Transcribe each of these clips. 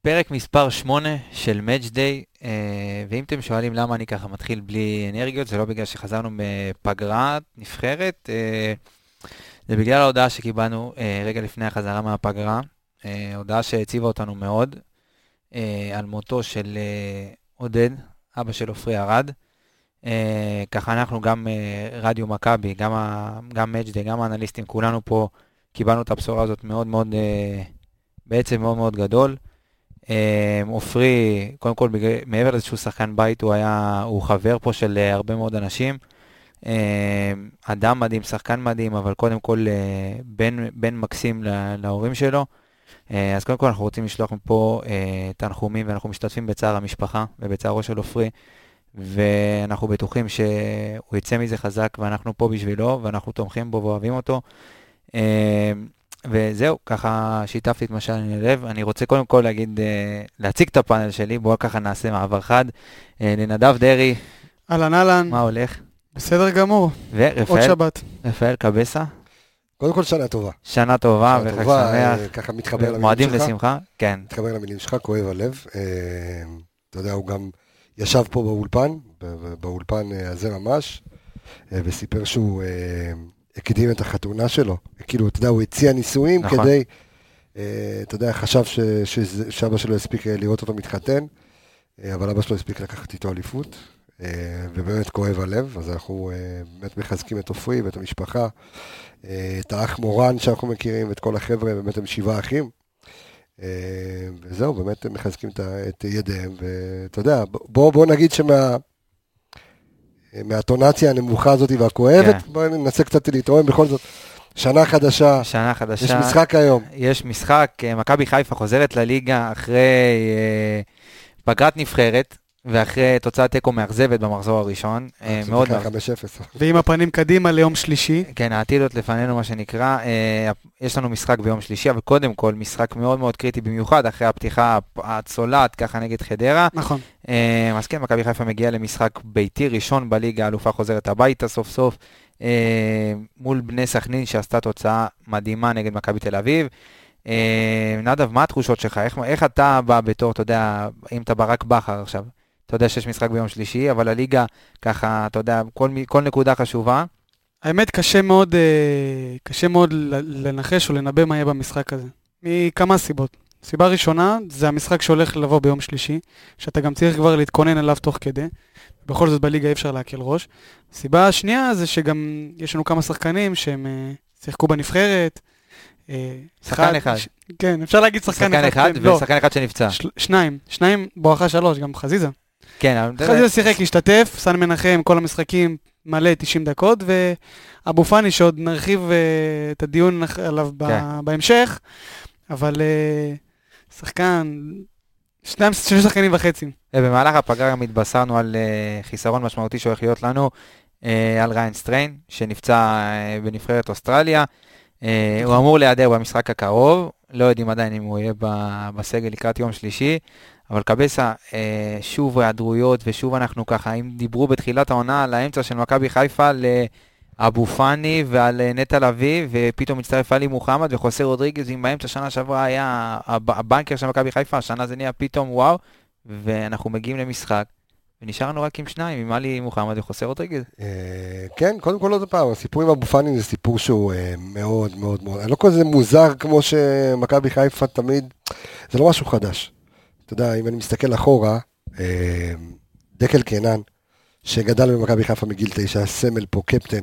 פרק מספר 8 של Match Day, ואם אתם שואלים למה אני ככה מתחיל בלי אנרגיות, זה לא בגלל שחזרנו מפגרת נבחרת, זה בגלל ההודעה שקיבלנו רגע לפני החזרה מהפגרה, הודעה שהציבה אותנו מאוד, על מותו של עודד, אבא של עופרי ארד. ככה אנחנו גם רדיו מכבי, גם Match Day, גם האנליסטים, כולנו פה קיבלנו את הבשורה הזאת מאוד מאוד, בעצם מאוד מאוד גדול. עופרי, קודם כל, מעבר לזה שהוא שחקן בית, הוא חבר פה של הרבה מאוד אנשים. אדם מדהים, שחקן מדהים, אבל קודם כל בן מקסים להורים שלו. אז קודם כל אנחנו רוצים לשלוח מפה תנחומים, ואנחנו משתתפים בצער המשפחה ובצערו של עופרי, ואנחנו בטוחים שהוא יצא מזה חזק, ואנחנו פה בשבילו, ואנחנו תומכים בו ואוהבים אותו. וזהו, ככה שיתפתי את מה שאני לב. אני רוצה קודם כל להציג את הפאנל שלי, בואו ככה נעשה מעבר חד. לנדב דרי. אהלן. מה הולך? בסדר גמור. עוד שבת. רפאל קבסה. קודם כל שנה טובה. שנה טובה וחג שמח. ככה מתחבר למילים שלך. מועדים לשמחה, כן. מתחבר למילים שלך, כואב הלב. אתה יודע, הוא גם ישב פה באולפן הזה ממש, וסיפר שהוא הקדים את החתונה שלו. כאילו, אתה יודע, הוא הציע נישואים כדי, אתה יודע, חשב שאבא שלו הספיק לראות אותו מתחתן, אבל אבא שלו הספיק לקחת איתו אליפות, ובאמת כואב הלב. אז אנחנו באמת מחזקים את עופרי ואת המשפחה, את האח מורן שאנחנו מכירים, ואת כל החבר'ה, באמת הם 7 אחים. וזהו, באמת מחזקים את ידיהם, ואתה יודע, בוא נגיד מהטונציה הנמוכה הזאת והכואבת, בואו ננסה קצת להתרועם בכל זאת. שנה חדשה. יש משחק היום. יש משחק, מכבי חיפה חוזרת לליגה אחרי פגרת נבחרת, ואחרי תוצאת תיקו מאכזבת במחזור הראשון. מאוד 5-0. ועם הפנים קדימה ליום שלישי. כן, העתיד עוד לפנינו מה שנקרא. יש לנו משחק ביום שלישי, אבל קודם כל משחק מאוד מאוד קריטי במיוחד, אחרי הפתיחה הצולעת ככה נגד חדרה. נכון. אז כן, מכבי חיפה מגיעה למשחק ביתי ראשון בליגה, האלופה חוזרת הביתה סוף סוף, מול בני סכנין שעשתה תוצאה מדהימה נגד מכבי תל אביב. נדב, מה התחושות שלך? איך אתה בא בתור, אתה יודע, אם אתה ברק בכר עכשיו? אתה יודע שיש משחק ביום שלישי, אבל הליגה ככה, אתה יודע, כל נקודה חשובה. האמת קשה מאוד לנחש או לנבא מה יהיה במשחק הזה. מכמה סיבות. סיבה ראשונה, זה המשחק שהולך לבוא ביום שלישי, שאתה גם צריך כבר להתכונן אליו תוך כדי. בכל זאת בליגה אי אפשר להקל ראש. סיבה השנייה זה שגם יש לנו כמה שחקנים שהם שיחקו בנבחרת. שחקן אחד. כן, אפשר להגיד שחקן אחד. ושחקן אחד שנפצע. שניים, בואכה 3, גם חזיזה. כן, חזיזה שיחק, השתתף, סן מנחם, כל המשחקים מלא 90 דקות, ואבו פאני שעוד נרחיב את הדיון עליו בהמשך, אבל שחקן, 2 שחקנים וחצי. במהלך הפגרה גם התבשרנו על חיסרון משמעותי שהולך להיות לנו, על ריין סטריין, שנפצע בנבחרת אוסטרליה. הוא אמור להיעדר במשחק הקרוב, לא יודעים עדיין אם הוא יהיה בסגל לקראת יום שלישי, אבל קבסה, שוב היעדרויות, ושוב אנחנו ככה, אם דיברו בתחילת העונה על האמצע של מכבי חיפה לאבו פאני ועל נטע לביא, ופתאום מצטרף עלי מוחמד וחוסה רודריגז, אם באמצע שנה שעברה היה הבנקר של מכבי חיפה, השנה זה נהיה פתאום וואו, ואנחנו מגיעים למשחק, ונשארנו רק עם 2, עם עלי מוחמד וחוסה רודריגז. כן, קודם כל עוד פעם, הסיפור עם אבו פאני זה סיפור שהוא מאוד מאוד מאוד, אני לא כל זה מוזר כמו שמכבי חיפה תמיד, זה לא משהו חדש. אתה יודע, אם אני מסתכל אחורה, דקל קנן, שגדל במכבי חיפה מגיל 9, סמל פה, קפטן,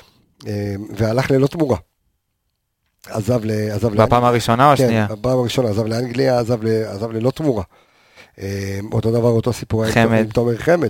והלך ללא תמורה. עזב בפעם הראשונה או השנייה? כן, בפעם הראשונה, עזב לאנגליה, עזב ללא תמורה. אותו דבר, אותו סיפור עם תומר חמד.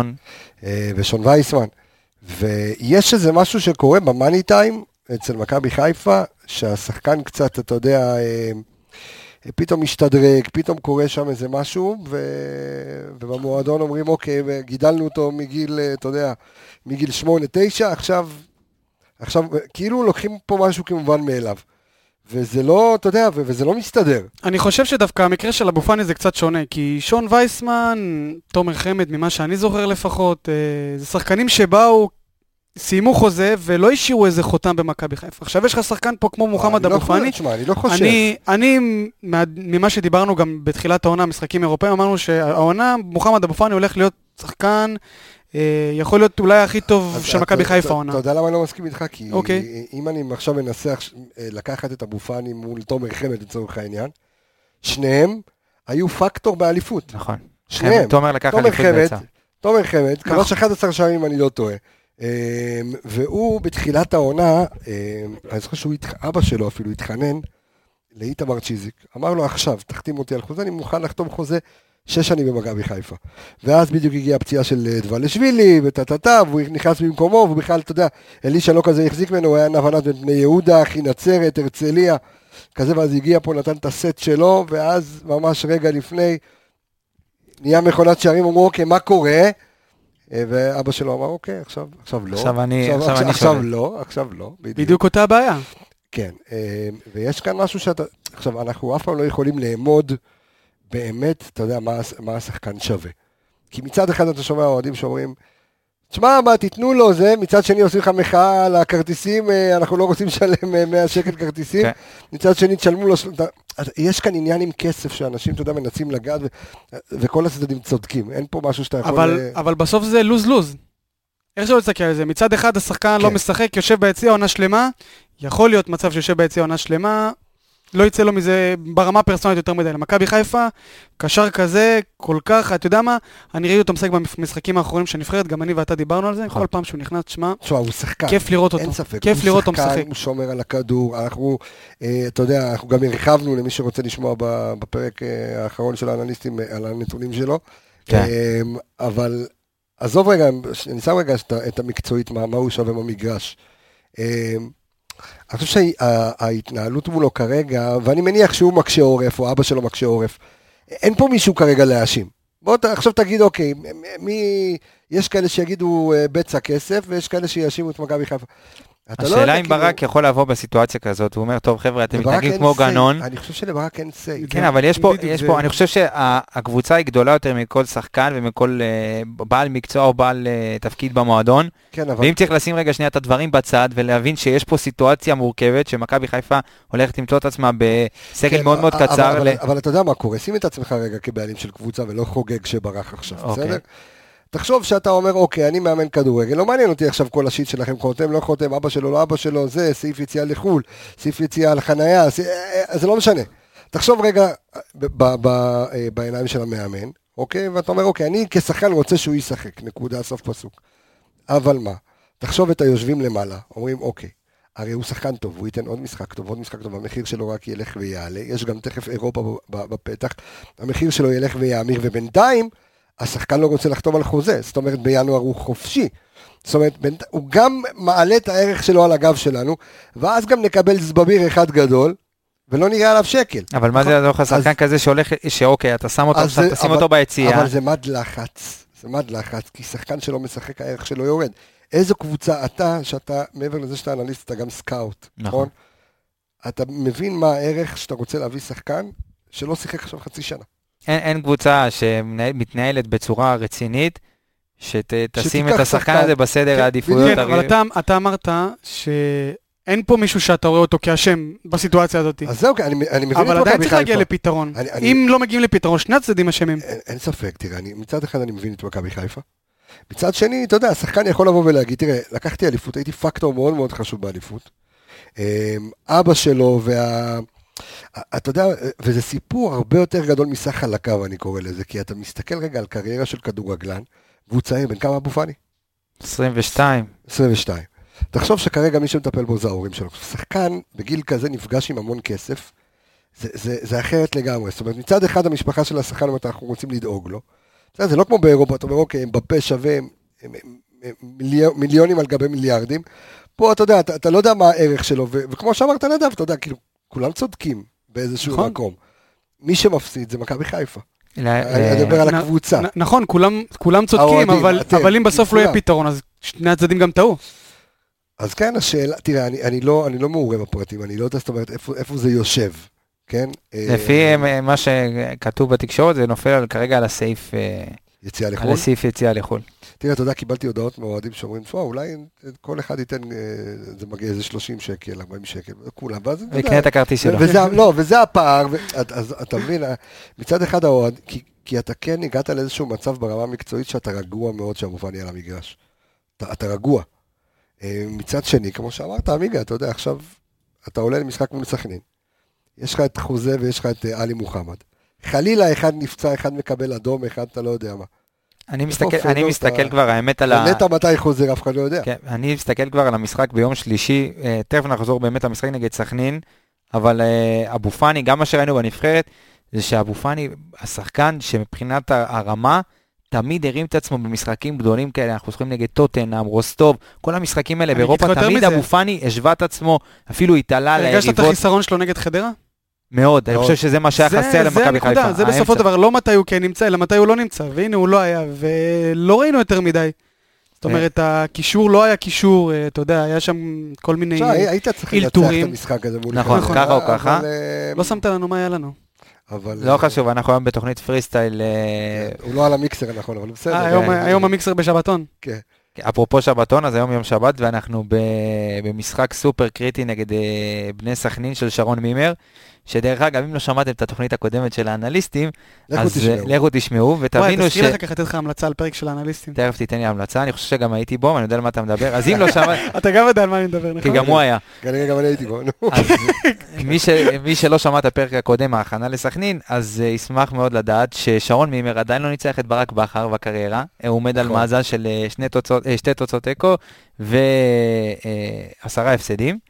ושון וייסמן. ויש איזה משהו שקורה במאני טיים, אצל מכבי חיפה, שהשחקן קצת, אתה יודע, פתאום משתדרג, פתאום קורה שם איזה משהו, ובמועדון אומרים, אוקיי, גידלנו אותו מגיל, אתה יודע, מגיל 8-9, עכשיו, כאילו לוקחים פה משהו כמובן מאליו. וזה לא, אתה יודע, וזה לא מסתדר. אני חושב שדווקא המקרה של אבו פאני זה קצת שונה, כי שון וייסמן, תומר חמד, ממה שאני זוכר לפחות, זה שחקנים שבאו סיימו חוזה ולא השאירו איזה חותם במכבי חיפה. עכשיו יש לך שחקן פה כמו מוחמד אבו פאני. אני לא חושב. אני, ממה שדיברנו גם בתחילת העונה, משחקים אירופאים, אמרנו שהעונה, מוחמד אבו פאני הולך להיות שחקן, יכול להיות אולי הכי טוב של מכבי חיפה העונה. אתה יודע למה אני לא מסכים איתך? כי אם אני עכשיו מנסה לקחת את אבו פאני מול תומר חמד לצורך העניין, שניהם היו פקטור באליפות. נכון. שניהם. תומר לקח אליפות בעצם. תומר חמד, כבש 11 שערים אם אני לא טועה. והוא בתחילת העונה, אני זוכר שהוא, אבא שלו אפילו התחנן לאיתמר צ'יזיק, אמר לו עכשיו, תחתים אותי על חוזה, אני מוכן לחתום חוזה 6 שנים במכבי חיפה. ואז בדיוק הגיעה הפציעה של דבלשווילי, וטטטה, והוא נכנס במקומו, ובכלל, אתה יודע, אלישע לא כזה החזיק ממנו, הוא היה נבנת בני יהודה, אחי נצרת, הרצליה, כזה, ואז הגיע פה, נתן את הסט שלו, ואז ממש רגע לפני, נהיה מכונת שערים, אמרו, אוקיי, מה קורה? ואבא שלו אמר, אוקיי, עכשיו לא. עכשיו לא. בדיוק אותה הבעיה. כן, ויש כאן משהו שאתה, עכשיו, אנחנו אף פעם לא יכולים לאמוד באמת, אתה יודע, מה השחקן שווה. כי מצד אחד אתה שומע אוהדים שאומרים, תשמע, מה, תיתנו לו זה, מצד שני עושים לך מחאה על הכרטיסים, אנחנו לא רוצים לשלם 100 שקל כרטיסים, מצד שני תשלמו לו, יש כאן עניין עם כסף שאנשים, אתה יודע, מנסים לגעת, וכל הצדדים צודקים, אין פה משהו שאתה יכול... אבל בסוף זה לוז-לוז. איך שלא תסתכל על זה? מצד אחד השחקן לא משחק, יושב ביציע עונה שלמה, יכול להיות מצב שיושב ביציע עונה שלמה, לא יצא לו מזה ברמה פרסונלית יותר מדי. למכבי חיפה, קשר כזה, כל כך, אתה יודע מה? אני ראיתי אותו משחק במשחקים האחרונים שנבחרת, גם אני ואתה דיברנו על זה, כל פעם שהוא נכנס, שמה, הוא שחקן. כיף לראות אותו. אין ספק. כיף לראות אותו משחק. הוא שומר על הכדור, אנחנו, אתה יודע, אנחנו גם הרחבנו למי שרוצה לשמוע בפרק האחרון של האנליסטים על הנתונים שלו. אבל עזוב רגע, אני שם רגע את המקצועית, מה הוא שווה במגרש. אני חושב שההתנהלות מולו כרגע, ואני מניח שהוא מקשה עורף, או אבא שלו מקשה עורף, אין פה מישהו כרגע להאשים. בוא עכשיו תגיד, אוקיי, יש כאלה שיגידו בצע כסף, ויש כאלה שיאשימו את מכבי חיפה. השאלה אם ברק יכול לבוא בסיטואציה כזאת, הוא אומר, טוב חבר'ה, אתם מתנהגים כמו גנון. אני חושב שלברק אין סי. כן, אבל יש פה, אני חושב שהקבוצה היא גדולה יותר מכל שחקן ומכל בעל מקצוע או בעל תפקיד במועדון. ואם צריך לשים רגע שנייה את הדברים בצד, ולהבין שיש פה סיטואציה מורכבת, שמכבי חיפה הולכת למצוא את עצמה בסגל מאוד מאוד קצר. אבל אתה יודע מה קורה, שים את עצמך רגע כבעלים של קבוצה, ולא חוגג שברח עכשיו, בסדר? תחשוב שאתה אומר, אוקיי, אני מאמן כדורגל, לא מעניין אותי עכשיו כל השיט שלכם, חותם, לא חותם, אבא שלו, לא אבא שלו, זה, סעיף יציאה לחול, סעיף יציאה על חנייה, זה לא משנה. תחשוב רגע בעיניים של המאמן, אוקיי, ואתה אומר, אוקיי, אני כשחקן רוצה שהוא ישחק, נקודה, סוף פסוק. אבל מה? תחשוב את היושבים למעלה, אומרים, אוקיי, הרי הוא שחקן טוב, הוא ייתן עוד משחק טוב, המחיר שלו רק ילך ויעלה, יש גם תכף אירופה בפתח, המחיר שלו ילך ויאמיר, ובינתיים, השחקן לא רוצה לחתום על חוזה, זאת אומרת בינואר הוא חופשי, זאת אומרת הוא גם מעלה את הערך שלו על הגב שלנו, ואז גם נקבל זבביר אחד גדול, ולא נראה עליו שקל. אבל מה זה הדוח השחקן כזה שהולך, שאוקיי, אתה שם אותו ביציאה. אבל זה מד לחץ, כי שחקן שלא משחק הערך שלו יורד. איזו קבוצה אתה, שאתה, מעבר לזה שאתה אנליסט, אתה גם סקאוט, נכון? אתה מבין מה הערך שאתה רוצה להביא שחקן, שלא שיחק עכשיו חצי שנה. אין קבוצה שמתנהלת בצורה רצינית, שתשים את השחקן הזה בסדר העדיפויות. כן, אבל אתה אמרת שאין פה מישהו שאתה רואה אותו כאשם בסיטואציה הזאת. אז זהו, אני מבין את מכבי חיפה. אבל עדיין צריך להגיע לפתרון. אם לא מגיעים לפתרון, שני הצדדים אשמים. אין ספק, תראה, מצד אחד אני מבין את מכבי חיפה. מצד שני, אתה יודע, השחקן יכול לבוא ולהגיד, תראה, לקחתי אליפות, הייתי פקטור מאוד מאוד חשוב באליפות. אבא שלו אתה יודע, וזה סיפור הרבה יותר גדול מסך חלקיו, אני קורא לזה, כי אתה מסתכל רגע על קריירה של כדורגלן, והוא צעיר, בן כמה אבו פאני? 22. תחשוב שכרגע מי שמטפל בו זה ההורים שלו. שחקן בגיל כזה נפגש עם המון כסף, זה אחרת לגמרי. זאת אומרת, מצד אחד המשפחה של השחקן, אנחנו רוצים לדאוג לו. זה לא כמו באירופה, אתה אומר, אוקיי, הם בפה שווה מיליונים על גבי מיליארדים. פה אתה יודע, אתה לא יודע מה הערך שלו, וכמו שאמרת נדב, אתה יודע, כאילו, כולם צודקים באיזשהו מקום. מי שמפסיד זה מכבי חיפה. אני מדבר על הקבוצה. נכון, כולם צודקים, אבל אם בסוף לא יהיה פתרון, אז שני הצדדים גם טעו. אז כן, השאלה, תראה, אני לא מעורה בפרטים, אני לא יודע, זאת אומרת, איפה זה יושב, כן? לפי מה שכתוב בתקשורת, זה נופל כרגע על הסעיף יציאה לחול. על הסעיף יציאה לחול. תראה, אתה יודע, קיבלתי הודעות מאוהדים שאומרים, אולי כל אחד ייתן, זה מגיע איזה 30 שקל, 40 שקל, כולם, ואז... ויקנה את הכרטיס שלו. לא, וזה הפער, אז אתה מבין, מצד אחד האוהד, כי אתה כן הגעת לאיזשהו מצב ברמה המקצועית שאתה רגוע מאוד שהמובן יהיה על המגרש. אתה רגוע. מצד שני, כמו שאמרת, עמיגה, אתה יודע, עכשיו אתה עולה למשחק מול סכנין. יש לך את חוזה ויש לך את עלי מוחמד. חלילה, אחד נפצע, אחד מקבל אדום, אחד אתה לא יודע מה. אני מסתכל כבר, האמת על ה... נטע מתי חוזר, אף אחד לא יודע. כן, אני מסתכל כבר על המשחק ביום שלישי, תכף נחזור באמת למשחק נגד סכנין, אבל אבו פאני, גם מה שראינו בנבחרת, זה שאבו פאני, השחקן שמבחינת הרמה, תמיד הרים את עצמו במשחקים גדולים כאלה, אנחנו זוכרים נגד טוטנהאם, רוסטוב, כל המשחקים האלה באירופה, תמיד אבו פאני השווה את עצמו, אפילו התעלה ליריבות. הרגשת את החיסרון שלו נגד חדרה? מאוד, אני חושב שזה מה שהיה חסר למכבי חיפה. זה בסופו דבר, לא מתי הוא כן נמצא, אלא מתי הוא לא נמצא, והנה הוא לא היה, ולא ראינו יותר מדי. זאת אומרת, הקישור לא היה קישור, אתה יודע, היה שם כל מיני אילתורים. היית צריך לנצח את המשחק הזה מול... נכון, ככה או ככה. לא שמת לנו מה היה לנו. לא חשוב, אנחנו היום בתוכנית פרי סטייל. הוא לא על המיקסר, נכון, אבל בסדר. היום המיקסר בשבתון. כן. אפרופו שבתון, אז היום יום שבת, ואנחנו במשחק סופר קריטי נגד בני סכנין של שרון מימר, שדרך אגב, אם לא שמעתם את התוכנית הקודמת של האנליסטים, אז לכו תשמעו, ותבינו ש... תזכיר לך ככה, תתן לך המלצה על פרק של האנליסטים. תכף תיתן לי המלצה, אני חושב שגם הייתי בו, ואני יודע על מה אתה מדבר, אז אם לא שמעת... אתה גם יודע על מה אני מדבר, נכון? כי גם הוא היה. גם אני הייתי בו, נו. אז מי שלא שמע את הפרק הקודם, ההכנה לסכנין, אז ישמח מאוד לדעת ששרון מימר עדיין לא ניצח את ברק בכר בקריירה, הוא עומד על מאזן של שתי תוצאות אקו ו10 הפסדים.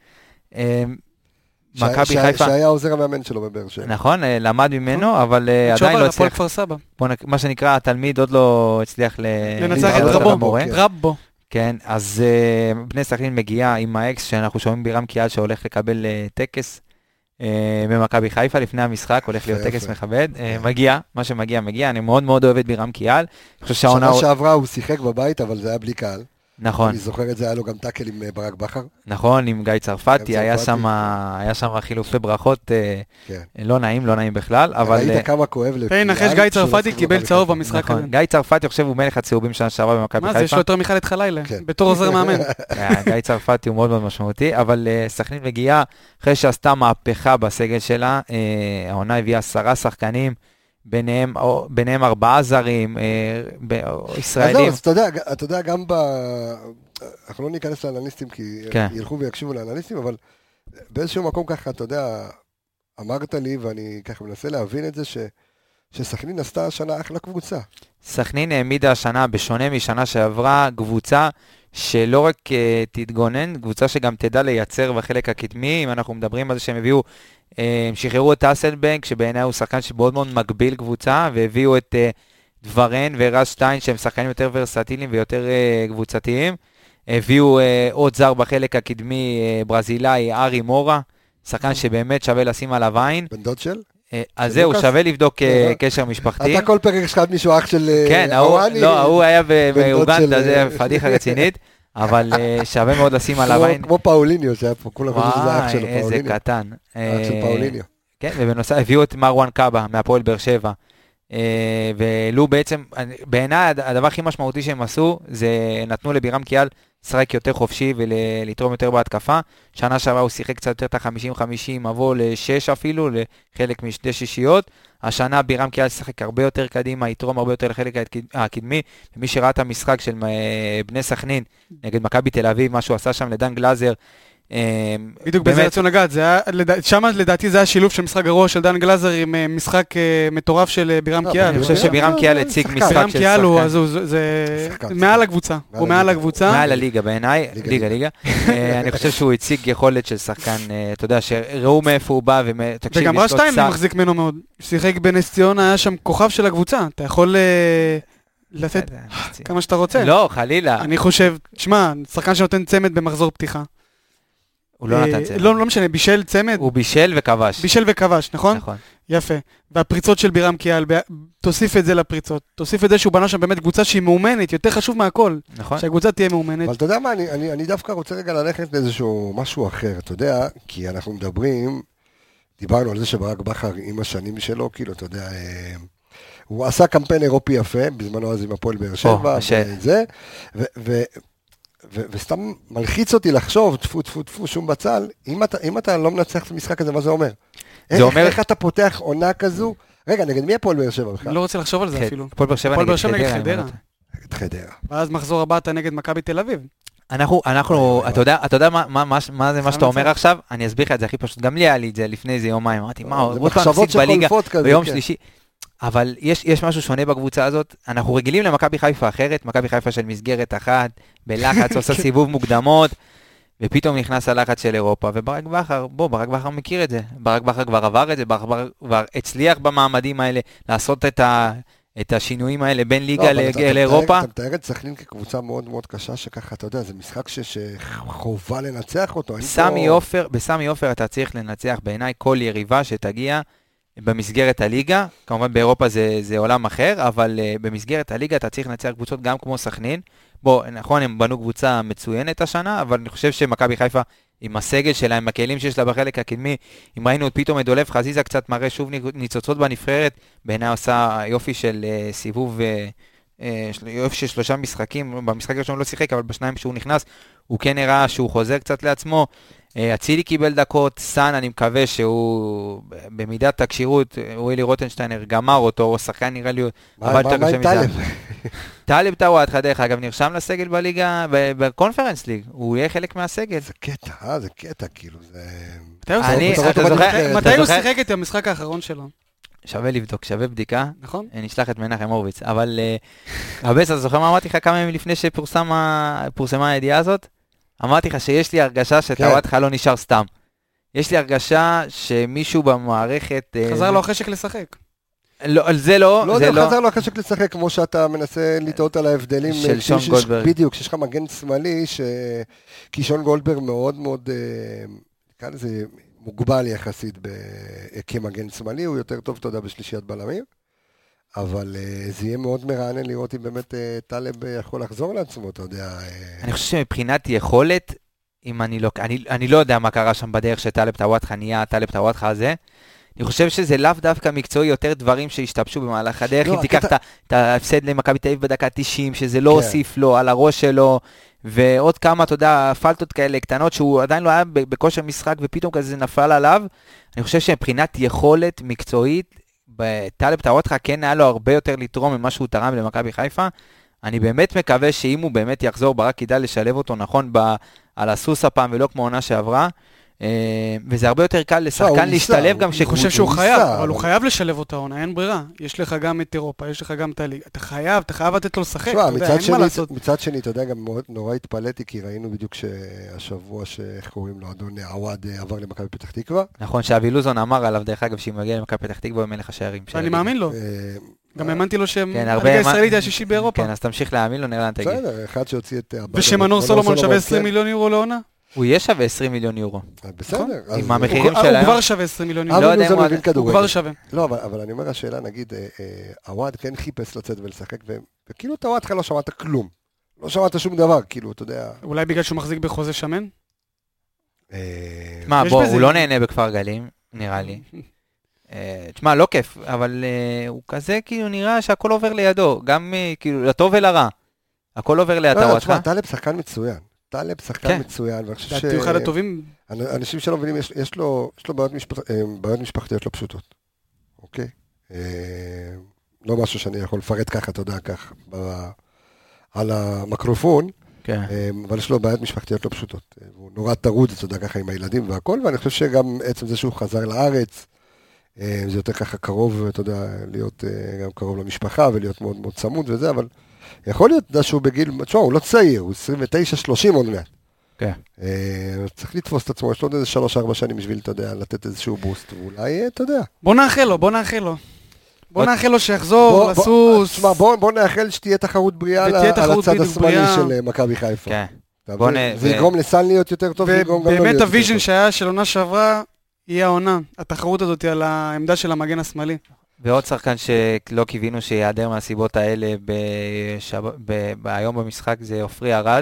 מכבי חיפה שהיה עוזר המאמן שלו בבאר שבע. נכון, למד ממנו, אבל עדיין לא הצליח. מה שנקרא, התלמיד עוד לא הצליח לנצח את רבו. כן, אז בני סכנין מגיעה עם האקס שאנחנו שומעים בירם קיאל שהולך לקבל טקס במכבי חיפה לפני המשחק, הולך להיות טקס מכבד. מגיע, מה שמגיע, מגיע. אני מאוד מאוד אוהב את בירם קיאל. שנה שעברה הוא שיחק בבית, אבל זה היה בלי קהל. נכון. אני זוכר את זה, היה לו גם טאקל עם ברק בכר. נכון, עם גיא צרפתי, היה שם חילופי ברכות, לא נעים בכלל, אבל... ראית כמה כואב לפי... אחרי שגיא צרפתי קיבל צהוב במשחק הזה. גיא צרפתי, אני חושב, הוא מלך הצהובים שנה שעברה במכבי חיפה. מה זה, יש לו יותר מיכל את חלילה, בתור עוזר מאמן. גיא צרפתי הוא מאוד מאוד משמעותי, אבל סכנין מגיעה, אחרי שעשתה מהפכה בסגל שלה, העונה הביאה 10 שחקנים, ביניהם 4 זרים, ישראלים. אז אתה יודע, גם אנחנו לא ניכנס לאנליסטים, כי ילכו ויקשיבו לאנליסטים, אבל באיזשהו מקום ככה, אתה יודע, אמרת לי, ואני ככה מנסה להבין את זה, שסכנין עשתה השנה אחלה קבוצה. סכנין העמידה השנה, בשונה משנה שעברה, קבוצה שלא רק תתגונן, קבוצה שגם תדע לייצר בחלק הקדמי, אם אנחנו מדברים על זה שהם הביאו, הם שחררו את אסלבנק, שבעיניי הוא שחקן שמאוד מאוד מגביל קבוצה, והביאו את דברן ורז שטיין, שהם שחקנים יותר ורסטיליים ויותר קבוצתיים. הביאו עוד זר בחלק הקדמי, ברזילאי, ארי מורה, שחקן שבאמת שווה לשים עליו עין. בן דוד של? אז זהו, שווה לבדוק קשר משפחתי. אתה כל פרק יש לך מישהו אח של... כן, הוא היה באוגנדה, זה פדיחה רצינית. אבל שווה מאוד לשים עליו עין. כמו פאוליניו שהיה פה, כולם חושבים שזה אח שלו, פאוליניו. איזה קטן. אח של פאוליניו. כן, ובנוסף הביאו את מרואן קאבה מהפועל באר שבע. ולו בעצם, בעיניי הדבר הכי משמעותי שהם עשו, זה נתנו לבירם קיאל לשחק יותר חופשי ולתרום יותר בהתקפה. שנה שעברה הוא שיחק קצת יותר את ה-50-50, עבור ל-6 אפילו, לחלק משתי שישיות. השנה בירם קיאל שחק הרבה יותר קדימה, יתרום הרבה יותר לחלק הקדמי. ומי שראה את המשחק של בני סכנין נגד מכבי תל אביב, מה שהוא עשה שם לדן גלאזר, בדיוק בזה רצו נגעת, שם לדעתי זה היה שילוב של משחק גרוע של דן גלאזר עם משחק מטורף של בירם קיאל. אני חושב שבירם קיאל הציג משחק של בירם קיאל הוא מעל הקבוצה, הוא מעל הקבוצה. מעל הליגה בעיניי, ליגה. אני חושב שהוא הציג יכולת של שחקן, אתה יודע, שראו מאיפה הוא בא ותקשיב, וגם רז שטיין מחזיק ממנו מאוד. שיחק בנס ציונה, היה שם כוכב של הקבוצה, אתה יכול לתת כמה שאתה רוצה. לא, חלילה. אני חושב, תשמע, שחקן שנותן צמד במחזור פתיחה. הוא לא נתן צמד. לא משנה, בישל צמד. הוא בישל וכבש. בישל וכבש, נכון? נכון. יפה. והפריצות של בירם קיאל, תוסיף את זה לפריצות. תוסיף את זה שהוא בנה שם באמת קבוצה שהיא מאומנת, יותר חשוב מהכל. נכון. שהקבוצה תהיה מאומנת. אבל אתה יודע מה, אני דווקא רוצה רגע ללכת לאיזשהו משהו אחר, אתה יודע, כי אנחנו דיברנו על זה שברק בכר עם השנים שלו, כאילו, אתה יודע, הוא עשה קמפיין אירופי יפה, בזמנו אז עם הפועל באר שבע, וזה, וסתם מלחיץ אותי לחשוב, טפו, שום בצל, אם אתה לא מנצח את המשחק הזה, מה זה אומר? איך אתה פותח עונה כזו? רגע, נגד מי הפועל באר שבע? אני לא רוצה לחשוב על זה אפילו. הפועל באר שבע נגד חדרה. נגד חדרה. ואז מחזור הבא אתה נגד מכבי תל אביב. אנחנו, אתה יודע מה זה מה שאתה אומר עכשיו? אני אסביר לך את זה הכי פשוט. גם לי היה לי את זה לפני איזה יומיים. אמרתי, מה, עוד פעם פסיד בליגה ביום שלישי. אבל יש משהו שונה בקבוצה הזאת. אנחנו רגילים למכבי חיפה אחרת, מכבי חיפה של מסגרת אחת, בלחץ, עושה סיבוב מוקדמות, ופתאום נכנס הלחץ של אירופה, וברק בכר, ברק בכר מכיר את זה. ברק בכר כבר עבר את זה, ברק בכר כבר הצליח במעמדים האלה לעשות את השינויים האלה בין ליגה לאירופה. אתה מתאר את סכנין כקבוצה מאוד מאוד קשה, שככה, אתה יודע, זה משחק שחובה לנצח אותו. בסמי עופר אתה צריך לנצח בעיניי כל יריבה שתגיע במסגרת הליגה. כמובן באירופה זה עולם אחר, אבל במסגרת הליגה אתה צריך לנצח קבוצות גם כמו סכנין. נכון, הם בנו קבוצה מצוינת השנה, אבל אני חושב שמכבי חיפה עם הסגל שלה, עם הכלים שיש לה בחלק הקדמי, אם ראינו פתאום את דולף חזיזה קצת מראה שוב ניצוצות בנבחרת, בעיניי עושה יופי של סיבוב, יופי של 3 משחקים, במשחק הראשון לא שיחק, אבל בשניים שהוא נכנס, הוא כן הראה שהוא חוזר קצת לעצמו, אצילי קיבל דקות, סאן אני מקווה שהוא במידת הקשירות, ווילי רוטנשטיינר גמר אותו, או שחקן נראה לי, מה עם טלב? טלב טאוואט, דרך אגב, נרשם לסגל בליגה, בקונפרנס ליג, הוא יהיה חלק מהסגל. זה קטע, כאילו, זה... מתי הוא שיחק את המשחק האחרון שלו? שווה לבדוק, שווה בדיקה. נכון. נשלח את מנחם הורוביץ, אבל הבס, אתה זוכר מה אמרתי לך כמה ימים לפני שפורסמה הידיעה הזאת? אמרתי לך שיש לי הרגשה שטאוואט לא נשאר סתם. יש לי הרגשה שמישהו במערכת... חזר לו החשק לשחק. לא, זה לא. לא יודע, חזר לו החשק לשחק, כמו שאתה מנסה לטעות על ההבדלים. של שון גולדברג. בדיוק, שיש לך מגן שמאלי, כי שון גולדברג מאוד מאוד, כאן זה מוגבל יחסית כמגן שמאלי, הוא יותר טוב, אתה יודע, בשלישיית בלמים. אבל זה יהיה מאוד מרענן לראות אם באמת טלב יכול לחזור לעצמו, אתה יודע. אני חושב שמבחינת יכולת, אם אני לא יודע מה קרה שם בדרך שטלב טאוואט נהיה טלב טאוואט הזה, אני חושב שזה לאו דווקא מקצועי, יותר דברים שהשתבשו במהלך הדרך, אם תיקח את ההפסד למכבי תל אביב בדקה 90, שזה לא הוסיף לו על הראש שלו, ועוד כמה, אתה יודע, פלטות כאלה קטנות, שהוא עדיין לא היה בכושר משחק, ופתאום כזה נפל עליו. אני חושב שמבחינת יכולת מקצועית, טלב טאוואט כן היה לו הרבה יותר לתרום ממה שהוא תרם למכבי חיפה. אני באמת מקווה שאם הוא באמת יחזור, ברק ידע לשלב אותו נכון על הסוס הפעם ולא כמו עונה שעברה, וזה הרבה יותר קל לשחקן להשתלב גם אני חושב שהוא חייב, אבל הוא חייב לשלב אותה עונה, אין ברירה. יש לך גם את אירופה, יש לך גם את הליגה. אתה חייב לתת לו לשחק, אתה יודע, אין מה לעשות. מצד שני, אתה יודע, גם נורא התפלאתי, כי ראינו בדיוק שהשבוע שאיך קוראים לו, אדון עווד עבר למכבי פתח תקווה. נכון, שאבי לוזון אמר עליו, דרך אגב, שאם מגיע למכבי פתח תקווה, הוא מלך השערים. אני מאמין לו. גם האמנתי לו שהליגה הישראלית היא השישי באירופה. כן, אז תמשיך להאמין לו, נראה לאן תגיע. בסדר, אחד שהוציא את... ושמנור סולומון שווה 20 מיליון יורו לעונה? הוא יהיה שווה 20 מיליון יורו. בסדר. עם המחירים שלהם. הוא כבר שווה 20 מיליון יורו. הוא כבר שווה. לא, אבל אני אומר השאלה, נגיד, עווד כן חיפש לצאת ולשחק, וכאילו את עווד לא שמעת כלום. לא שמעת שום דבר, כאילו, אתה יודע... אולי בגלל שהוא מחזיק בחוזה שמן? תשמע, בוא, הוא לא נהנה בכפר גלים, נראה לי. תשמע, לא כיף, אבל הוא כזה כאילו נראה שהכל עובר לידו, גם כאילו לטוב ולרע. הכל עובר ליד עווד. תשמע, טלב שחקן מצוין. טלב שחקן מצוין, ואני חושב דעתי הוא אחד הטובים. אנשים שלא מבינים, יש לו בעיות משפחתיות לא פשוטות, אוקיי? לא משהו שאני יכול לפרט ככה, אתה יודע, ככה, על המיקרופון, אבל יש לו בעיות משפחתיות לא פשוטות. הוא נורא טרוד, אתה יודע, ככה עם הילדים והכל, ואני חושב שגם עצם זה שהוא חזר לארץ, זה יותר ככה קרוב, אתה יודע, להיות גם קרוב למשפחה, ולהיות מאוד מאוד צמוד וזה, אבל... יכול להיות שהוא בגיל, תשמע, הוא לא צעיר, הוא 29-30 עוד מעט. כן. צריך לתפוס את עצמו, יש לו איזה 3-4 שנים בשביל, אתה יודע, לתת איזשהו בוסט, ואולי, אתה יודע. בוא נאחל לו שיחזור, לסוס. תשמע, בוא נאחל שתהיה תחרות בריאה על הצד השמאלי של מכבי חיפה. כן. זה יגרום לסל להיות יותר טוב, ויגרום גם לא להיות יותר טוב. ובאמת הוויז'ן שהיה של עונה שעברה, יהיה העונה, התחרות הזאת על העמדה של המגן השמאלי. ועוד שחקן שלא קיווינו שיעדר מהסיבות האלה היום במשחק זה עופרי ארד,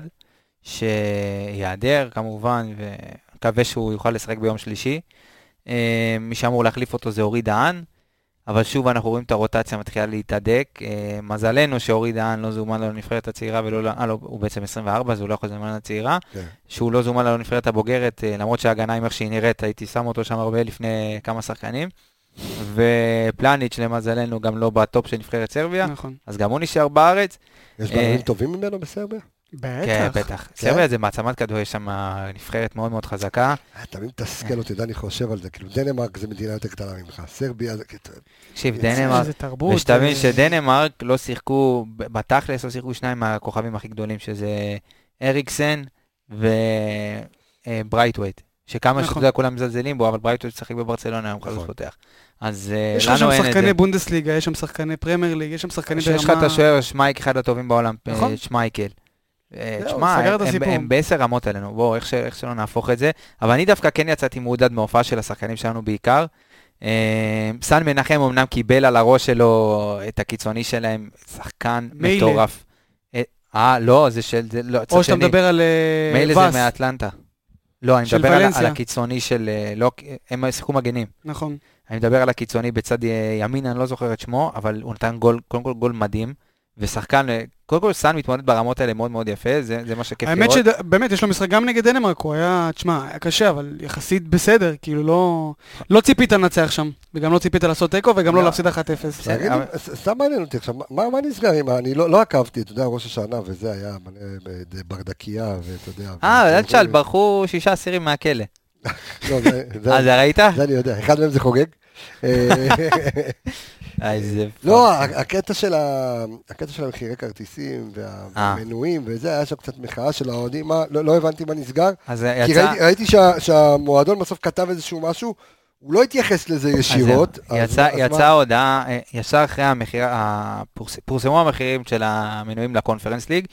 שיעדר כמובן, ומקווה שהוא יוכל לשחק ביום שלישי. מי שאמור להחליף אותו זה אורי דהן, אבל שוב אנחנו רואים את הרוטציה מתחילה להתהדק. מזלנו שאורי דהן לא זומן לנבחרת הצעירה, הוא בעצם 24, אז הוא לא יכול לזמן לצעירה, שהוא לא זומן לנבחרת הבוגרת, למרות שההגנה עם איך שהיא נראית, הייתי שם אותו שם הרבה לפני כמה שחקנים, ופלניץ' למזלנו גם לא בטופ של נבחרת סרביה, אז גם הוא נשאר בארץ. יש דברים טובים ממנו בסרביה? כן, בטח. סרביה זה מעצמת כדור, יש שם נבחרת מאוד מאוד חזקה. תמיד תסכל אותי, אני חושב על זה, כאילו דנמרק זה מדינה יותר קטנה ממך, סרביה זה... תקשיב, דנמרק, ושתבין שדנמרק לא שיחקו, בתכלס לא שיחקו שניים מהכוכבים הכי גדולים, שזה אריקסן וברייטווייט, שכמה שאתה יודע כולם מזלזלים בו, אבל ברייטווייט שחק בברצלונה, הוא חלוץ פותח. אז יש לך שם שחקני בונדסליגה, יש שם שחקני פרמייר ליג, יש שם שחקני ברמה... יש לך את השוער שמייק אחד הטובים בעולם, שמייקל. תשמע, הם ב10 רמות עלינו, בואו, איך שלא נהפוך את זה, אבל אני דווקא כן יצאתי מעודד מההופעה של השחקנים שלנו בעיקר. סן מנחם אמנם קיבל על הראש שלו את הקיצוני שלהם, שחקן מטורף. לא, זה של... או שאתה מדבר על מיילה זה מאטלנטה. לא, אני מדבר על הקיצוני של... הם שיחקו מגנים. נכון. אני מדבר על הקיצוני בצד ימין, אני לא זוכר את שמו, אבל הוא נתן גול, קודם כל גול מדהים. ושחקן, קודם כל סן מתמודד ברמות האלה מאוד מאוד יפה, זה מה שכיף לראות. האמת שבאמת יש לו משחק גם נגד דנמרק, הוא היה, תשמע, היה קשה, אבל יחסית בסדר, כאילו לא ציפית לנצח שם, וגם לא ציפית לעשות טקו, וגם לא להפסיד 1-0. סתם מעניין אותי עכשיו, מה נסגר? אני לא עקבתי, אתה יודע, ראש השנה, וזה היה ברדקייה, ואתה יודע... אל תשאל, ברחו 6 אסירים מהכלא. זה ראית? זה אני יודע, אחד מהם זה חוגג. לא, הקטע של המחירי כרטיסים והמנויים וזה, היה שם קצת מחאה של האוהדים, לא הבנתי מה נסגר, כי ראיתי שהמועדון בסוף כתב איזשהו משהו, הוא לא התייחס לזה ישירות. יצאה הודעה, ישר אחרי פורסמו המחירים של המנויים לקונפרנס ליג,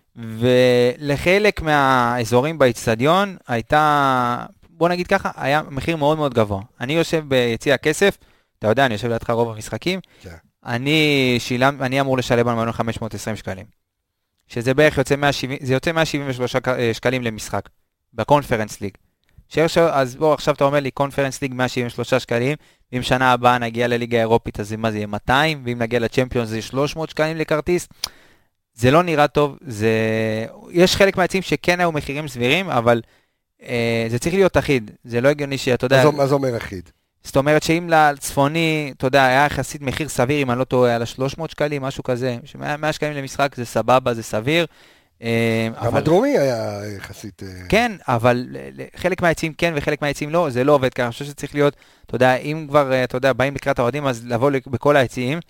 ולחלק מהאזורים באצטדיון הייתה, בוא נגיד ככה, היה מחיר מאוד מאוד גבוה. אני יושב ביציע הכסף, אתה יודע, אני יושב לידך רוב המשחקים, אני אמור לשלם על מנוי 520 שקלים. שזה בערך יוצא 173 שקלים למשחק, בקונפרנס ליג. אז בוא, עכשיו אתה אומר לי, קונפרנס ליג 173 שקלים, ואם שנה הבאה נגיע לליגה האירופית, אז מה זה יהיה 200, ואם נגיע לצ'מפיונס זה 300 שקלים לכרטיס, זה לא נראה טוב, יש חלק מהעצים שכן היו מחירים סבירים, אבל זה צריך להיות אחיד, זה לא הגיוני שאתה יודע... מה זה אומר אחיד? זאת אומרת שאם לצפוני, אתה יודע, היה יחסית מחיר סביר, אם אני לא טועה, על 300 שקלים, משהו כזה, 100 שקלים למשחק זה סבבה, זה סביר. גם הדרומי היה יחסית... כן, אבל חלק מהעצים כן וחלק מהעצים לא, זה לא עובד ככה, אני חושב שצריך להיות, אתה יודע, אם כבר, אתה יודע, באים לקראת האוהדים, אז לבוא בכל העצים,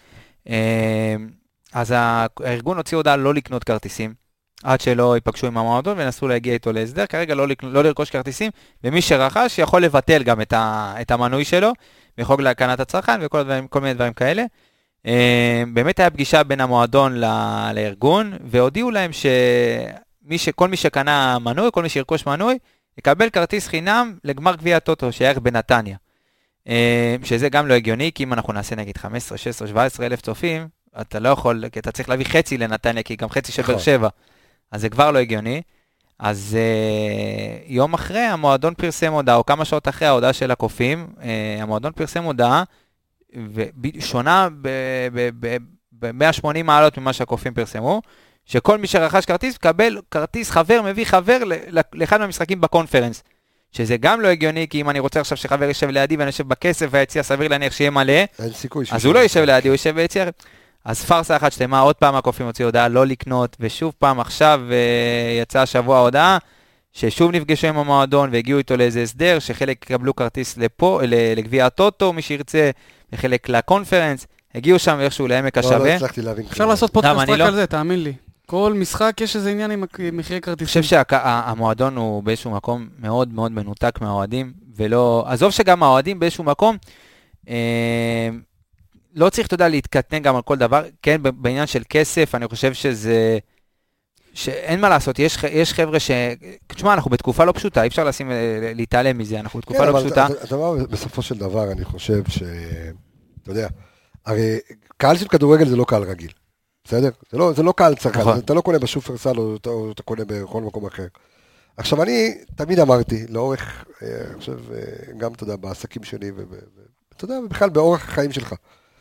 אז הארגון הוציא הודעה לא לקנות כרטיסים, עד שלא ייפגשו עם המועדון ונסו להגיע איתו להסדר, כרגע לא לרכוש כרטיסים, ומי שרכש יכול לבטל גם את המנוי שלו, ויכול להקנת הצרכן וכל מיני דברים כאלה. באמת היה פגישה בין המועדון לארגון, והודיעו להם שכל מי שקנה מנוי, כל מי שירכוש מנוי, יקבל כרטיס חינם לגמר גביע הטוטו, שיערך בנתניה. שזה גם לא הגיוני, כי אם אנחנו נעשה נגיד 15, 16, 17 אלף צופים, אתה לא יכול, כי אתה צריך להביא חצי לנתניה, כי גם חצי של באר שבע. אז זה כבר לא הגיוני. אז יום אחרי המועדון פרסם הודעה, או כמה שעות אחרי ההודעה של הקופים, המועדון פרסם הודעה, שונה ב-180 מעלות ממה שהקופים פרסמו, שכל מי שרכש כרטיס, קבל כרטיס חבר, מביא חבר לאחד מהמשחקים בקונפרנס. שזה גם לא הגיוני, כי אם אני רוצה עכשיו שחבר יישב לידי, ואני יושב בכסף, והיציע סביר להניח שיהיה מלא, אז הוא לא יישב לידי, הוא יישב ביציע. אז פרסה אחת שתמה, עוד פעם הקופים הוציאו הודעה לא לקנות, ושוב פעם עכשיו יצא השבוע ההודעה, ששוב נפגשו עם המועדון, והגיעו איתו לאיזה הסדר, שחלק יקבלו כרטיס לפה, לגביע הטוטו, מי שירצה, וחלק לקונפרנס, הגיעו שם איכשהו לעמק השווה. לא הצלחתי להבין. אפשר לעשות פודקאסט רק על זה, תאמין לי. כל משחק יש איזה עניין עם מחירי כרטיסים. אני חושב שהמועדון הוא באיזשהו מקום מאוד מאוד מנותק מהאוהדים, ולא, עזוב שגם האוהדים באיזשהו מקום, לא צריך, אתה יודע, להתקטנן גם על כל דבר, כן, בעניין של כסף, אני חושב שאין מה לעשות, יש חבר'ה תשמע, אנחנו בתקופה לא פשוטה, אי אפשר להתעלם מזה, אנחנו בתקופה לא פשוטה. אתה אומר, בסופו של דבר, אני חושב אתה יודע, הרי קהל של כדורגל זה לא קהל רגיל. בסדר? זה לא קהל צרכן, אתה לא קונה בשופרסל או אתה קונה בכל מקום אחר. עכשיו, אני תמיד אמרתי, לאורך, אני חושב, גם, אתה יודע, בעסקים שלי, ואתה יודע, בכלל באורח החיים שלך.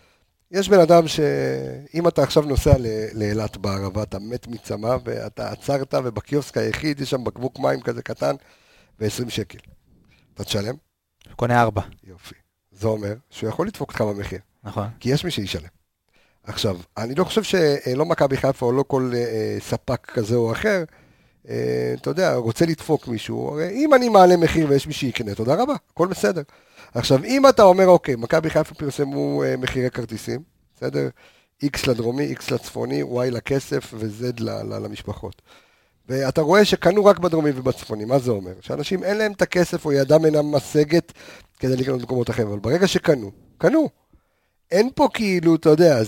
יש בן אדם שאם אתה עכשיו נוסע לאילת בערבה, אתה מת מצמא, ואתה עצרת, ובקיוסק היחיד יש שם בקבוק מים כזה קטן, ו20 שקל. אתה תשלם? קונה 4. יופי. זה אומר שהוא יכול לדפוק אותך במחיר. נכון. כי יש מי שישלם. עכשיו, אני לא חושב שלא מכבי חיפה או לא כל ספק כזה או אחר, אתה יודע, רוצה לדפוק מישהו, הרי אם אני מעלה מחיר ויש מי שיקנה, תודה רבה, הכל בסדר. עכשיו, אם אתה אומר, אוקיי, מכבי חיפה פרסמו מחירי כרטיסים, בסדר? X לדרומי, X לצפוני, Y לכסף ו-Z למשפחות. ואתה רואה שקנו רק בדרומי ובצפוני, מה זה אומר? שאנשים אין להם את הכסף או ידם אינה משגת כדי לקנות במקומות אחרים, אבל ברגע שקנו, קנו. אין פה כאילו, אתה יודע,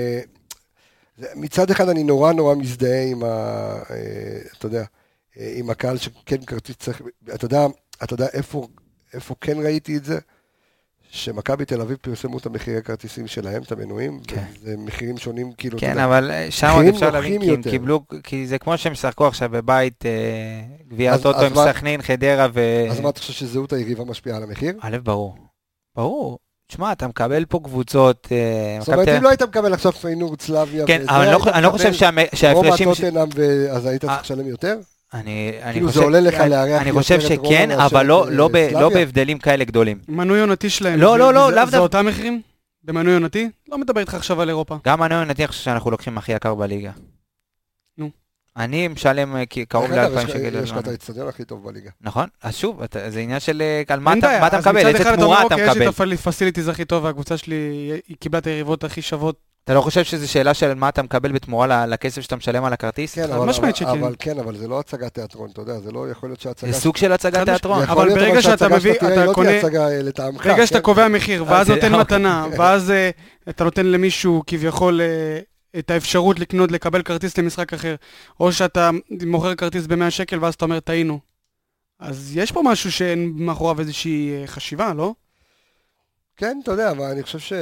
מצד אחד אני נורא מזדהה עם אתה יודע, עם הקהל שכן כרטיס צריך, אתה יודע איפה כן ראיתי את זה? שמכבי תל אביב פרסמו את המחירי כרטיסים שלהם, את המנויים, זה מחירים שונים כאילו, כן, אבל שם עוד אפשר להבין, כי הם קיבלו, כי זה כמו שהם שחקו עכשיו בבית, גביע הטוטו עם סכנין, חדרה אז מה אתה חושב שזהות היריבה משפיעה על המחיר? ברור. תשמע, אתה מקבל פה קבוצות... זאת אומרת, אם לא היית מקבל עכשיו פיינור, צלביה... כן, אבל אני לא חושב שההפרשים... רומא טוטנהאם, אז היית צריך לשלם יותר? כאילו זה עולה לך לארח אני חושב שכן, אבל לא בהבדלים כאלה גדולים. מנוי עונתי שלהם, זה אותם מחירים? במנוי עונתי? לא מדבר איתך עכשיו על אירופה. גם מנוי עונתי, אני חושב שאנחנו לוקחים הכי יקר בליגה. נו. אני משלם קרוב ל-2,000 שקל. יש לך את האצטדיון הכי טוב בליגה. נכון, אז שוב, זה עניין של על מה אתה מקבל, איזה תמורה אתה מקבל. יש לי את הפסיליטיז הכי טוב, והקבוצה שלי היא קיבלה את היריבות הכי שוות. אתה לא חושב שזו שאלה של מה אתה מקבל בתמורה לכסף שאתה משלם על הכרטיס? כן, אבל זה לא הצגת תיאטרון, אתה יודע, זה לא יכול להיות שהצגת... זה סוג של הצגת תיאטרון. אבל ברגע שאתה מביא, אתה קונה... ברגע שאתה קובע מחיר, ואז נותן מתנה, ואז אתה נותן למישהו כביכול את האפשרות לקנות, לקבל כרטיס למשחק אחר, או שאתה מוכר כרטיס ב100 שקל, ואז אתה אומר, טעינו. אז יש פה משהו שאין מאחוריו איזושהי חשיבה, לא? כן, אתה יודע, אבל אני חושב ש...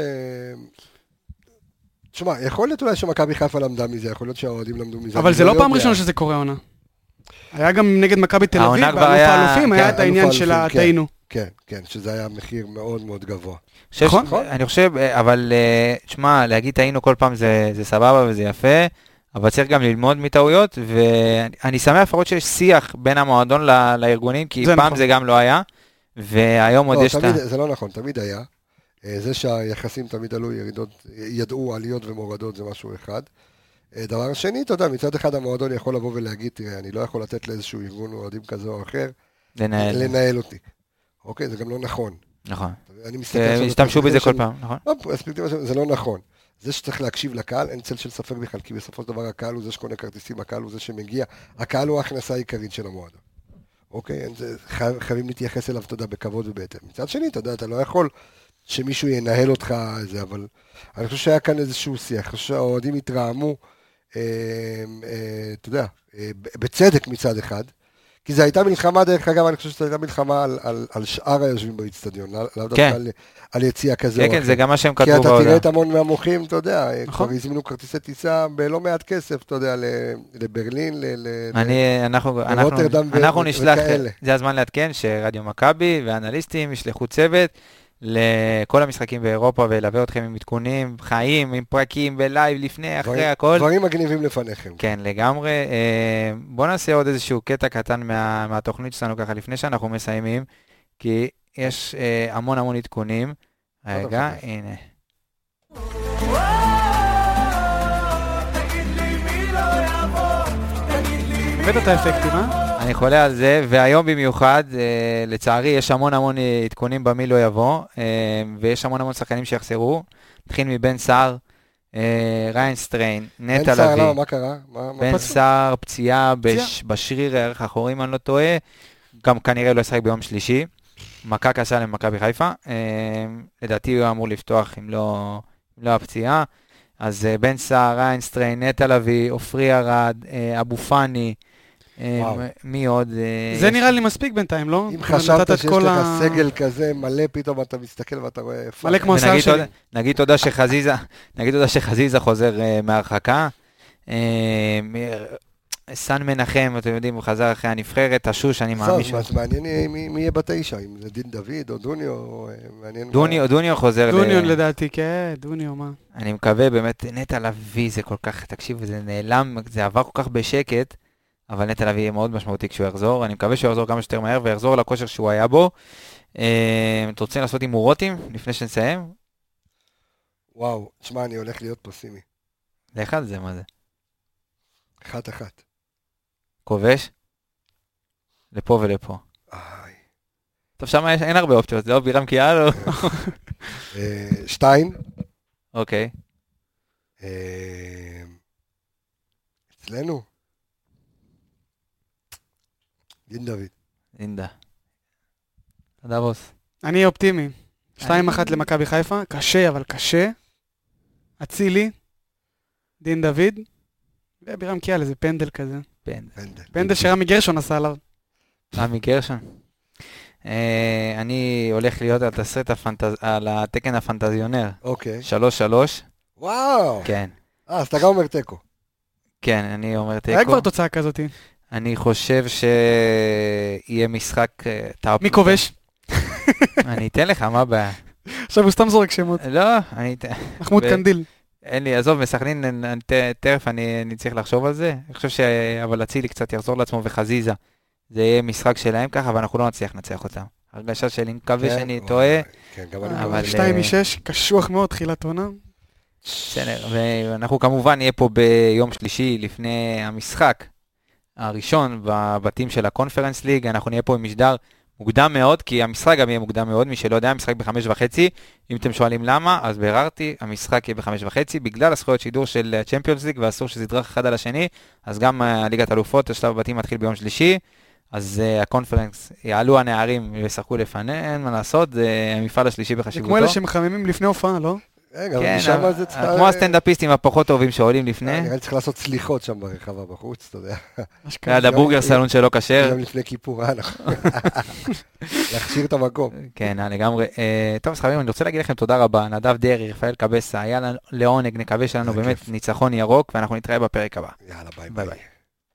תשמע, יכול להיות אולי שמכבי חיפה למדה מזה, יכול להיות שהאוהדים למדו מזה. אבל זה לא פעם ראשונה שזה קורה עונה. היה גם נגד מכבי תל אביב, באלוף האלופים, היה את העניין של הטעינו. כן, כן, שזה היה מחיר מאוד מאוד גבוה. נכון? אני חושב, אבל תשמע, להגיד טעינו כל פעם זה סבבה וזה יפה, אבל צריך גם ללמוד מטעויות, ואני שמח לפחות שיש שיח בין המועדון לארגונים, כי פעם זה גם לא היה, והיום עוד יש את... זה לא נכון, תמיד היה. זה שהיחסים תמיד עלו ידעו עליות ומורדות, זה משהו אחד. דבר שני, אתה יודע, מצד אחד המועדון יכול לבוא ולהגיד, תראה, אני לא יכול לתת לאיזשהו ארגון אוהדים כזה או אחר, לנהל אותי. אוקיי, זה גם לא נכון. נכון. השתמשו בזה כל פעם, נכון? זה לא נכון. זה שצריך להקשיב לקהל, אין צל של ספק בכלל, כי בסופו של דבר הקהל הוא זה שקונה כרטיסים, הקהל הוא זה שמגיע, הקהל הוא ההכנסה העיקרית של המועדון. אוקיי, חייבים להתייחס אליו, אתה יודע, בכבוד ובהתאם. מצד שני, אתה יודע, אתה לא יכול שמישהו ינהל אותך איזה, אבל אני חושב שהיה כאן איזשהו שיח, אני חושב שהאוהדים התרעמו, אתה יודע, בצדק מצד אחד, כי זו הייתה מלחמה, דרך אגב, אני חושב שזו הייתה מלחמה על שאר היושבים באצטדיון, לאו דווקא על יציאה כזה או אחר. כן, זה גם מה שהם כתבו כי אתה בעולם. תראה את המון מהמוחים, אתה יודע, כבר הזמינו כרטיסי טיסה בלא מעט כסף, אתה יודע, לברלין, לרוטרדם אנחנו נשלח, זה הזמן לעדכן שרדיו מכבי ואנליסטים ישלחו צוות, לכל המשחקים באירופה ולהביא אתכם עם עדכונים, חיים, עם פרקים בלייב לפני, אחרי הכל. דברים מגניבים לפניכם. כן, לגמרי. בואו נעשה עוד איזשהו קטע קטן מהתוכנית שלנו ככה לפני שאנחנו מסיימים, כי יש המון עדכונים. רגע, הנה. הבאת את האפקטים, אני חולה על זה, והיום במיוחד, לצערי, יש המון עדכונים במי לא יבוא, ויש המון שחקנים שיחסרו. נתחיל מבן סער, ריין סטריין, נטע לביא. בן סער, מה קרה? בן סער, פציעה בשריר הערך האחורי, אם אני לא טועה, גם כנראה לא ישחק ביום שלישי. מכה קשה למכבי חיפה. לדעתי הוא אמור לפתוח אם לא הפציעה. אז בן סער, ריין סטריין, נטע לביא, עופרי ארד, אבו פאני, מי עוד? זה נראה לי מספיק בינתיים, לא? אם חשבת שיש לך סגל כזה מלא, פתאום אתה מסתכל ואתה רואה... מלא כמו הסל שלי. נגיד תודה שחזיזה חוזר מהרחקה. סן מנחם, אתם יודעים, הוא חזר אחרי הנבחרת, השוש, אני מאמין. אז מעניין מי יהיה בתשע, אם זה דין דוד או דוניו, מעניין. דוניו חוזר. דוניו לדעתי, כן, דוניו, מה? אני מקווה, באמת, נטע לביא זה כל כך, תקשיב, זה נעלם, זה עבר כל כך בשקט, אבל נטע לביא יהיה מאוד משמעותי כשהוא יחזור, אני מקווה שהוא יחזור כמה שיותר מהר, ויחזור לכושר שהוא היה בו. אתם רוצים לעשות הימורים לפני שנסיים? וואו, תשמע, אני הולך להיות פסימי. לך על זה, מה זה? 1-1. כובש? לפה ולפה. טוב, שם אין הרבה אופציות, זה או בירם קיאל או... 2. אוקיי. אצלנו? דין דוד. אינדה. תודה בוס. אני אופטימי. 2-1 למכבי חיפה, קשה, אבל קשה. אצילי, דין דוד, ובירם קיאל, איזה פנדל כזה. פנדל שרמי גרשון עשה עליו. רמי גרשון. אני הולך להיות על תסריט על התקן הפנטזיונר. אוקיי. 3-3. וואו. כן. אז אתה גם אומר תיקו. כן, אני אומר תיקו. היה כבר תוצאה כזאת. אני חושב שיהיה משחק... מי כובש? אני אתן לך, מה הבעיה? עכשיו הוא סתם זורק שמות. לא, אני אתן... מחמוד קנדיל. אין לי, עזוב, מסכנין, תרף, אני צריך לחשוב על זה. אני חושב אבל אצילי קצת יחזור לעצמו וחזיזה. זה יהיה משחק שלהם ככה, אבל אנחנו לא נצליח לנצח אותם. הרגשה שלי, מקווה שאני טועה. כן, גם אני מקווה. 2-6, קשוח מאוד, תחילת עונה. בסדר, ואנחנו כמובן נהיה פה ביום שלישי לפני המשחק הראשון בבתים של הקונפרנס ליג. אנחנו נהיה פה עם משדר מוקדם מאוד, כי המשחק גם יהיה מוקדם מאוד, מי שלא יודע, המשחק ב5:30, אם אתם שואלים למה, אז ביררתי, המשחק יהיה ב5:30, בגלל הזכויות שידור של צ'מפיונס ליג, ואסור שזה ידרך אחד על השני, אז גם ליגת אלופות, השלב הבתים מתחיל ביום שלישי, אז הקונפרנס, יעלו הנערים וישחקו לפניהם, אין מה לעשות, זה המפעל השלישי בחשיבותו. כמו אלה שמחממים לפני הופעה, לא? כן, כמו הסטנדאפיסטים הפחות טובים שעולים לפני. אני צריך לעשות סליחות שם ברחבה בחוץ, אתה יודע. ליד הבורגר סלון שלא כשר. גם לפני כיפור, להכשיר את המקום. כן, לגמרי. טוב, אז חברים, אני רוצה להגיד לכם תודה רבה. נדב דרעי, רפאל קבסה, היה לעונג, נקווה שלנו באמת ניצחון ירוק, ואנחנו נתראה בפרק הבא. יאללה, ביי ביי.